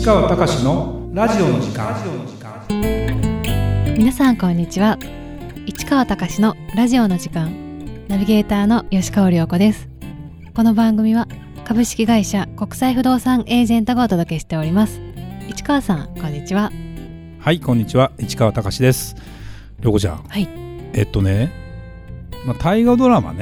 川隆のラジオの時間。 皆さんこんにちは。市川隆のラジオの時間、ナビゲーターの吉川良子です。この番組は株式会社国際不動産エージェントがお届けしております。市川さんこんにちは。 はい、こんにちは、市川隆です。良子ちゃん、 はい、 大河ドラマ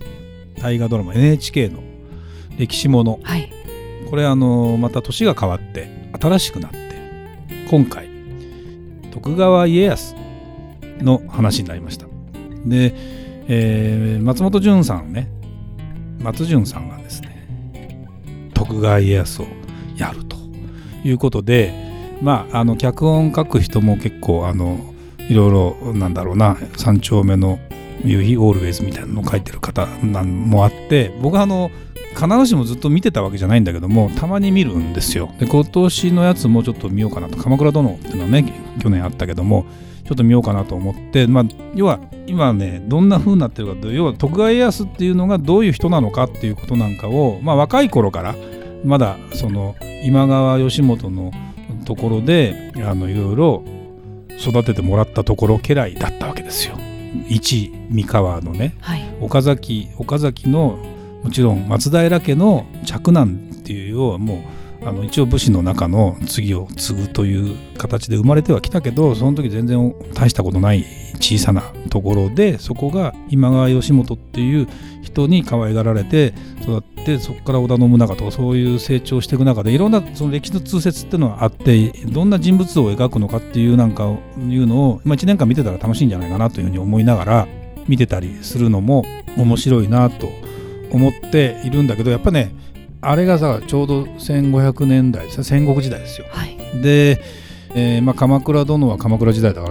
NHK の歴史もの、 はい、 これまた年が変わって新しくなって今回徳川家康の話になりました。で、松本潤さんね、松潤さんがですね徳川家康をやるということで、脚本書く人も結構いろいろ三丁目の夕日オールウェイズみたいなのを書いてる方もあって、僕は必ずしもずっと見てたわけじゃないんだけども、たまに見るんですよ。で、今年のやつもちょっと見ようかなと、鎌倉殿っていうのはね去年あったけどもちょっと見ようかなと思って、要は今ねどんな風になってるかというと、要は徳川家康っていうのがどういう人なのかっていうことなんかを、若い頃からまだその今川義元のところでいろいろ育ててもらったところ家来だったわけですよ。一三河のね、はい、岡崎のもちろん松平家の嫡男っていうようはもう一応武士の中の次を継ぐという形で生まれてはきたけど、その時全然大したことない小さなところで、そこが今川義元っていう人に可愛がられて育って、そこから織田信長とかそういう成長していく中でいろんなその歴史の通説っていうのがあって、どんな人物像を描くのかっていういうのを1年間見てたら楽しいんじゃないかなというふうに思いながら見てたりするのも面白いなと思っているんだけど、やっぱねあれがさちょうど1500年代ですね、戦国時代ですよ、はい、で、鎌倉殿は鎌倉時代だから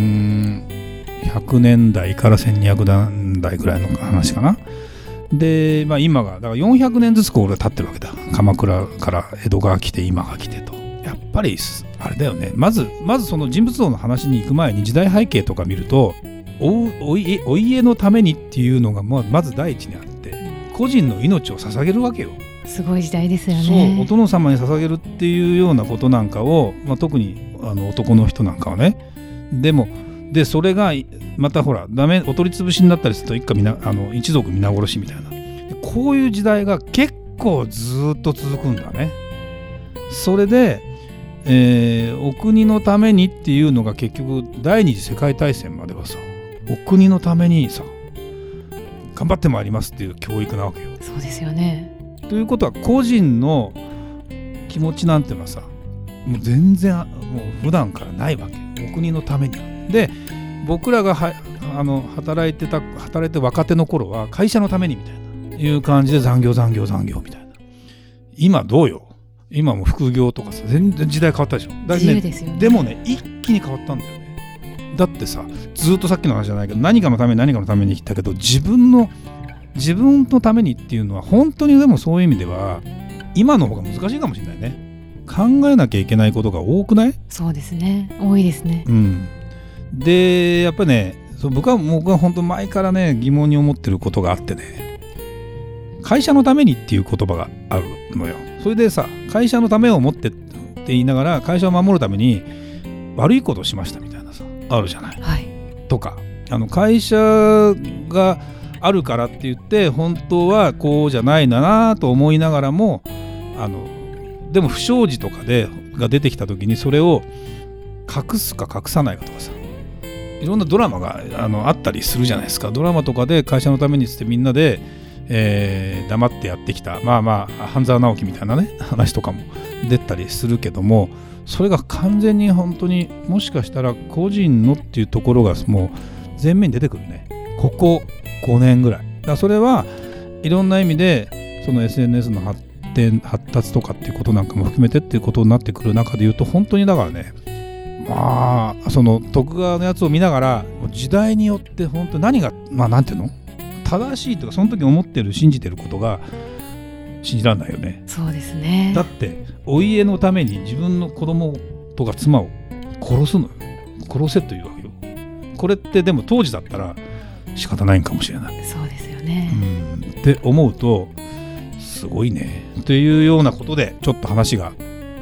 1100年代から1200年代ぐらいの話かな。で、今がだから400年ずつこう経ってるわけだ。鎌倉から江戸が来て今が来てと。やっぱりあれだよね、まずその人物像の話に行く前に時代背景とか見ると、お家のためにっていうのがまず第一にあって、個人の命を捧げるわけよ。 すごい時代ですよね。 そう、お殿様に捧げるっていうようなことなんかを、特に男の人なんかはね。でそれがまたほらダメ、お取り潰しになったりすると一族皆殺しみたいな、こういう時代が結構ずっと続くんだね。それで、お国のためにっていうのが結局第二次世界大戦まではさ、お国のためにさ頑張ってまいりますっていう教育なわけよ。 そうですよね。 ということは個人の気持ちなんてのはさ、もう全然もう普段からないわけ。お国のために。で僕らが働いて若手の頃は会社のためにみたいないう感じで残業みたいな。今どうよ、今も副業とかさ全然時代変わったでしょ。 自由ですよね。 でもね一気に変わったんだよね。だってさ、ずっとさっきの話じゃないけど何かのために言ったけど、自分のためにっていうのは本当にでもそういう意味では今の方が難しいかもしれないね。考えなきゃいけないことが多くない？ そうですね、多いですね。 でやっぱりね、僕は本当前からね疑問に思ってることがあってね、会社のためにっていう言葉があるのよ。それでさ、会社のためを思ってって言いながら会社を守るために悪いことをしましたみたいなさあるじゃない、はい、とか会社があるからって言って本当はこうじゃないんだなと思いながらもでも不祥事とかが出てきた時にそれを隠すか隠さないかとかさ、いろんなドラマがあったりするじゃないですか。ドラマとかで会社のためにつってみんなで、黙ってやってきた半沢直樹みたいなね話とかも出たりするけども、それが完全に本当にもしかしたら個人のっていうところがもう前面に出てくるね、ここ5年ぐらい。だからそれはいろんな意味でその SNS の発達とかっていうことなんかも含めてっていうことになってくる中で言うと、本当にだからね、その徳川のやつを見ながら時代によって本当に何がなんていうの正しいとかその時思ってる信じてることが信じられないよね。 そうですね。 だってお家のために自分の子供とか妻を殺すのよ。殺せというわけよ。これってでも当時だったら仕方ないんかもしれない。 そうですよね。 って思うとすごいねというようなことでちょっと話が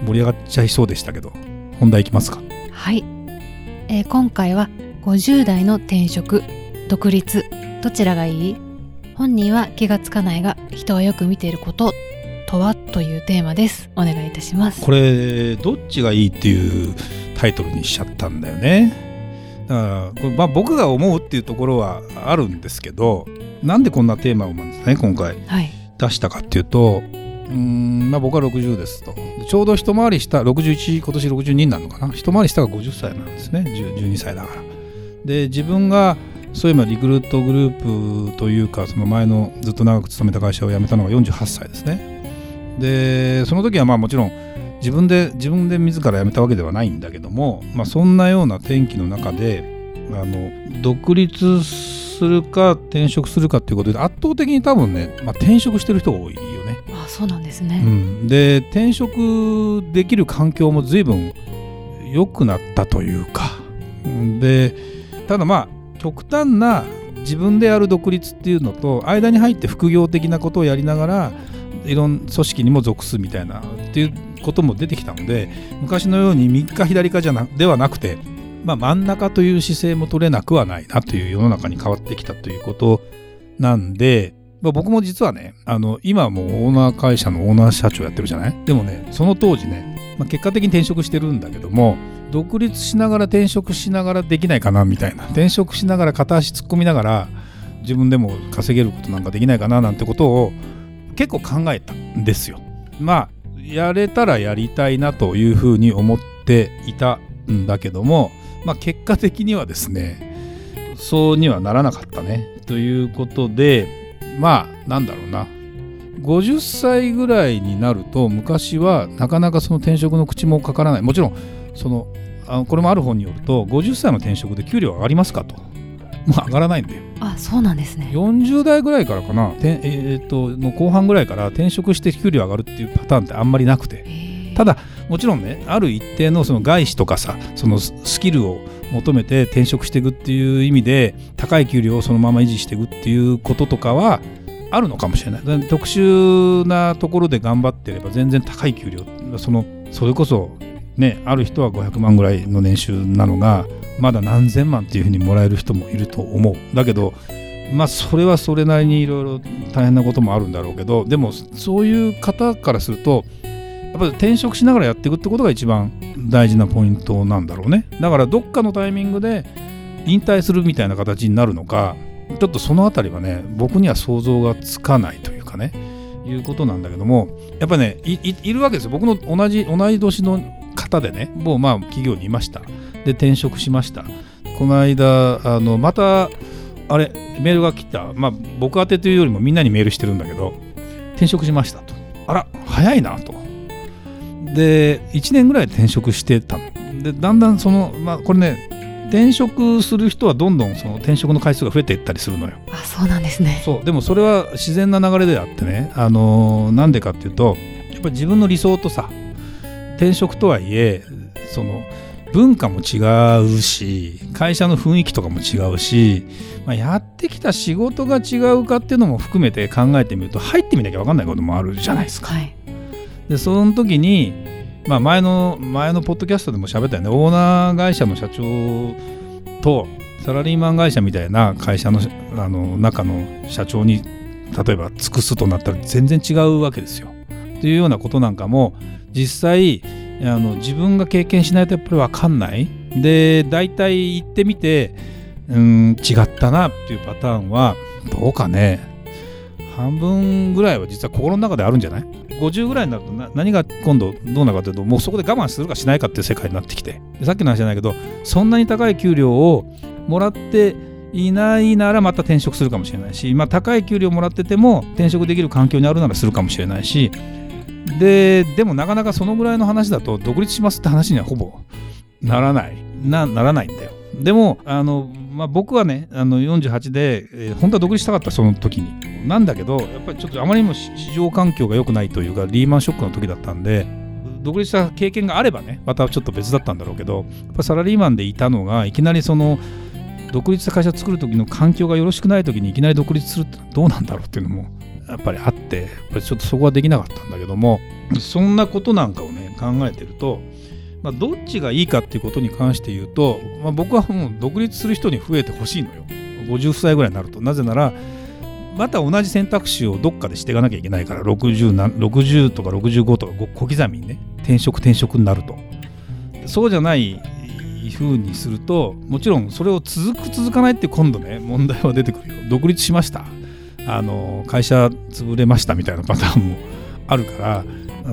盛り上がっちゃいそうでしたけど、本題いきますか。 はい、今回は50代の転職、独立、どちらがいい？本人は気がつかないが人はよく見ていることとはというテーマです。お願いいたします。 これどっちがいいっていうタイトルにしちゃったんだよね。だからこれ、僕が思うっていうところはあるんですけど、なんでこんなテーマをですね今回出したかっていうと、僕は60ですと、ちょうど一回り下61、今年62になるのかな、一回り下が50歳なんですね。12歳だから。で自分がそういえばリクルートグループというか、その前のずっと長く勤めた会社を辞めたのが48歳ですね。でその時はもちろん自分で自ら辞めたわけではないんだけども、そんなような転機の中で独立するか転職するかっていうことで圧倒的に多分ね、転職してる人が多いよね。 そうなんですね。 で転職できる環境も随分良くなったというか、でただ極端な自分でやる独立っていうのと、間に入って副業的なことをやりながらいろんな組織にも属すみたいなっていうことも出てきたので、昔のように右か左かではなくて、真ん中という姿勢も取れなくはないなという世の中に変わってきたということなんで、僕も実はね今はもうオーナー会社のオーナー社長やってるじゃない。でもねその当時ね、結果的に転職してるんだけども、独立しながら転職しながらできないかなみたいな、転職しながら片足突っ込みながら自分でも稼げることなんかできないかななんてことを結構考えたんですよ。やれたらやりたいなというふうに思っていたんだけども、結果的にはですねそうにはならなかったねということで、なんだろうな、50歳ぐらいになると昔はなかなかその転職の口もかからない。もちろんこれもある本によると50歳の転職で給料上がりますかと、上がらないんだよ。 そうなんですね。 40代ぐらいからかな、の後半ぐらいから転職して給料上がるっていうパターンってあんまりなくて、ただもちろんねある一定のその外資とかさ、そのスキルを求めて転職していくっていう意味で高い給料をそのまま維持していくっていうこととかはあるのかもしれない。特殊なところで頑張ってれば全然高い給料、それこそね、ある人は500万ぐらいの年収なのがまだ何千万っていうふうにもらえる人もいると思う。だけどそれはそれなりにいろいろ大変なこともあるんだろうけど、でもそういう方からするとやっぱり転職しながらやっていくってことが一番大事なポイントなんだろうね。だからどっかのタイミングで引退するみたいな形になるのか、ちょっとそのあたりはね僕には想像がつかないというかね、いうことなんだけども、やっぱりね いるわけですよ。僕の同い年の方でね、もう企業にいました。で転職しました。この間またメールが来た。僕宛てというよりもみんなにメールしてるんだけど、転職しましたと。早いなと。で1年ぐらい転職してたので、だんだんこれね転職する人はどんどんその転職の回数が増えていったりするのよ。 そうなんですね。 でもそれは自然な流れであってね、なんでかっていうと、やっぱり自分の理想とさ、転職とはいえその文化も違うし、会社の雰囲気とかも違うし、やってきた仕事が違うかっていうのも含めて考えてみると、入ってみなきゃ分かんないこともあるじゃないですか。でその時に、前のポッドキャストでも喋ったよね。オーナー会社の社長とサラリーマン会社みたいな会社の中の社長に例えば尽くすとなったら全然違うわけですよ。というようなことなんかも実際自分が経験しないとやっぱり分かんないで、大体行ってみて違ったなっていうパターンはどうかね、半分ぐらいは実は心の中であるんじゃない？ 50 ぐらいになると何が今度どうなるかというと、もうそこで我慢するかしないかっていう世界になってきて、さっきの話じゃないけど、そんなに高い給料をもらっていないならまた転職するかもしれないし、高い給料もらってても転職できる環境にあるならするかもしれないし、でもなかなかそのぐらいの話だと独立しますって話にはほぼならないんだよ。でも僕はね48で、本当は独立したかったその時になんだけど、やっぱりちょっとあまりにも市場環境が良くないというか、リーマンショックの時だったんで、独立した経験があればねまたちょっと別だったんだろうけど、やっぱサラリーマンでいたのがいきなりその独立した会社作る時の環境がよろしくない時にいきなり独立するってどうなんだろうっていうのもやっぱりあって、やっぱりちょっとそこはできなかったんだけども、そんなことなんかをね考えてると、どっちがいいかっていうことに関して言うと、僕はもう独立する人に増えてほしいのよ。50歳ぐらいになると。なぜならまた同じ選択肢をどっかでしていかなきゃいけないから、60とか65とか小刻みにね、転職になると。そうじゃない風にすると、もちろんそれを続かないって今度ね、問題は出てくるよ。独立しました、会社潰れましたみたいなパターンもあるから、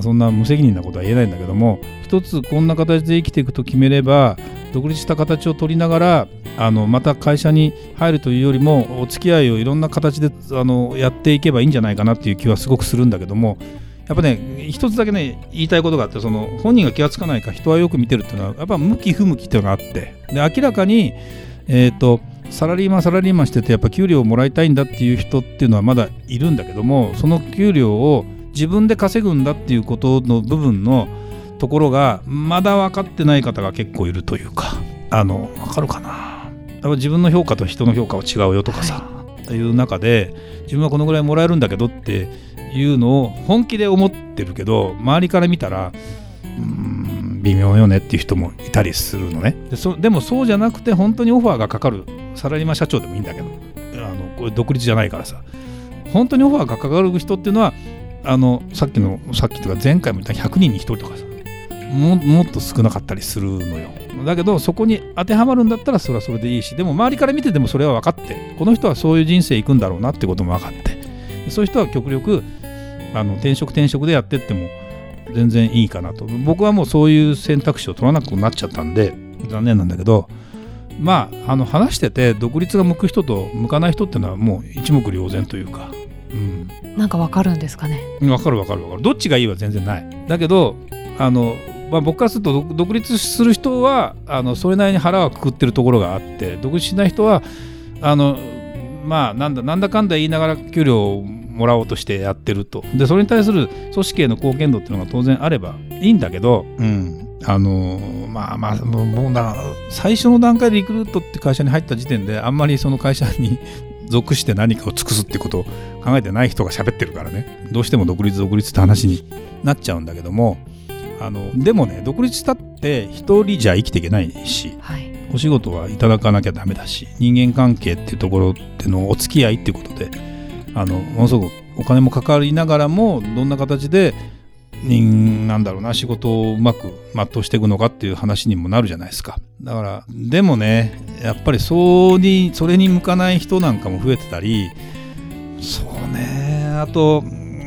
そんな無責任なことは言えないんだけども、一つこんな形で生きていくと決めれば、独立した形を取りながらまた会社に入るというよりも、お付き合いをいろんな形でやっていけばいいんじゃないかなっていう気はすごくするんだけども、やっぱね、一つだけね言いたいことがあって、その本人が気がつかないか人はよく見てるっていうのは、やっぱ向き不向きっていうのがあって、で明らかにサラリーマンしててやっぱ給料をもらいたいんだっていう人っていうのはまだいるんだけども、その給料を自分で稼ぐんだっていうことの部分のところがまだ分かってない方が結構いるというか、分かるかな。自分の評価と人の評価は違うよとかさ、という中で自分はこのぐらいもらえるんだけどっていうのを本気で思ってるけど、周りから見たら微妙よねっていう人もいたりするのね。でもそうじゃなくて、本当にオファーがかかるサラリーマン社長でもいいんだけど、これ独立じゃないからさ、本当にオファーがかかる人っていうのはさっきというか前回も言った100人に1人とかさ、もっと少なかったりするのよ。だけどそこに当てはまるんだったらそれはそれでいいし、でも周りから見ててもそれは分かって、この人はそういう人生行くんだろうなってことも分かって、そういう人は極力転職でやってっても全然いいかなと。僕はもうそういう選択肢を取らなくなっちゃったんで残念なんだけど、話してて独立が向く人と向かない人っていうのはもう一目瞭然というか、 なんか分かるんですかね。 分かる。どっちがいいは全然ない。だけど僕からすると独立する人はそれなりに腹はくくってるところがあって、独立しない人はなんだかんだ言いながら給料をもらおうとしてやってると。でそれに対する組織への貢献度っていうのが当然あればいいんだけど、もう最初の段階でリクルートって会社に入った時点であんまりその会社に属して何かを尽くすってことを考えてない人が喋ってるからね、どうしても独立って話になっちゃうんだけども、でもね、独立したって一人じゃ生きていけないし、お仕事はいただかなきゃダメだし、人間関係っていうところってのお付き合いっていうことでものすごくお金もかかりながらも、どんな形で仕事をうまく全うしていくのかっていう話にもなるじゃないですか。だからでもね、やっぱりそれに向かない人なんかも増えてたり、そうね、あと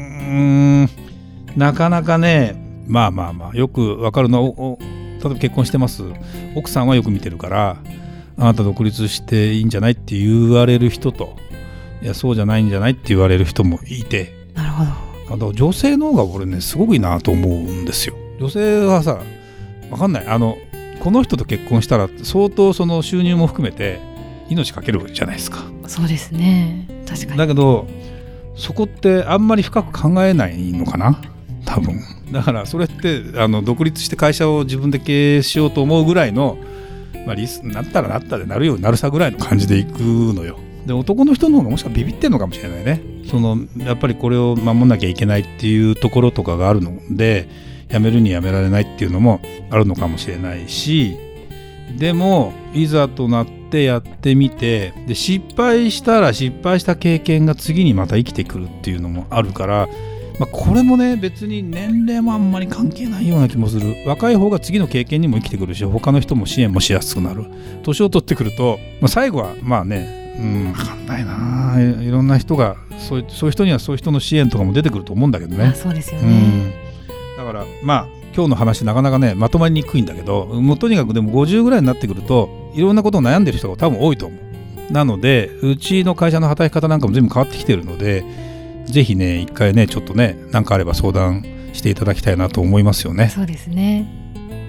なかなかね、よくわかるのは、例えば結婚してます、奥さんはよく見てるから、あなた独立していいんじゃないって言われる人と、いやそうじゃないんじゃないって言われる人もいて。 なるほど。 あと女性の方が俺ねすごくいいなと思うんですよ。女性はさ、わかんない、この人と結婚したら相当その収入も含めて命かけるじゃないですか。 そうですね、確かに。 だけどそこってあんまり深く考えないのかな、多分。だからそれって独立して会社を自分で経営しようと思うぐらいの、リスなったらなったでなるようになるさぐらいの感じでいくのよ。で男の人の方がもしかしたらビビってんのかもしれないね。やっぱりこれを守んなきゃいけないっていうところとかがあるので、やめるにやめられないっていうのもあるのかもしれないし、でもいざとなってやってみて、で失敗した経験が次にまた生きてくるっていうのもあるから、これもね、別に年齢もあんまり関係ないような気もする。若い方が次の経験にも生きてくるし、他の人も支援もしやすくなる。年を取ってくると、最後は分かんないな、いろんな人がそういう人にはそういう人の支援とかも出てくると思うんだけどね。 そうですよね。 だから今日の話なかなかねまとまりにくいんだけど、もうとにかくでも50ぐらいになってくるといろんなことを悩んでる人が多分多いと思う。なのでうちの会社の働き方なんかも全部変わってきてるので、ぜひね一回ねちょっとね何かあれば相談していただきたいなと思いますよね。 そうですね。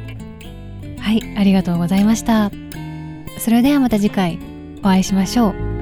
はい、ありがとうございました。それではまた次回お会いしましょう。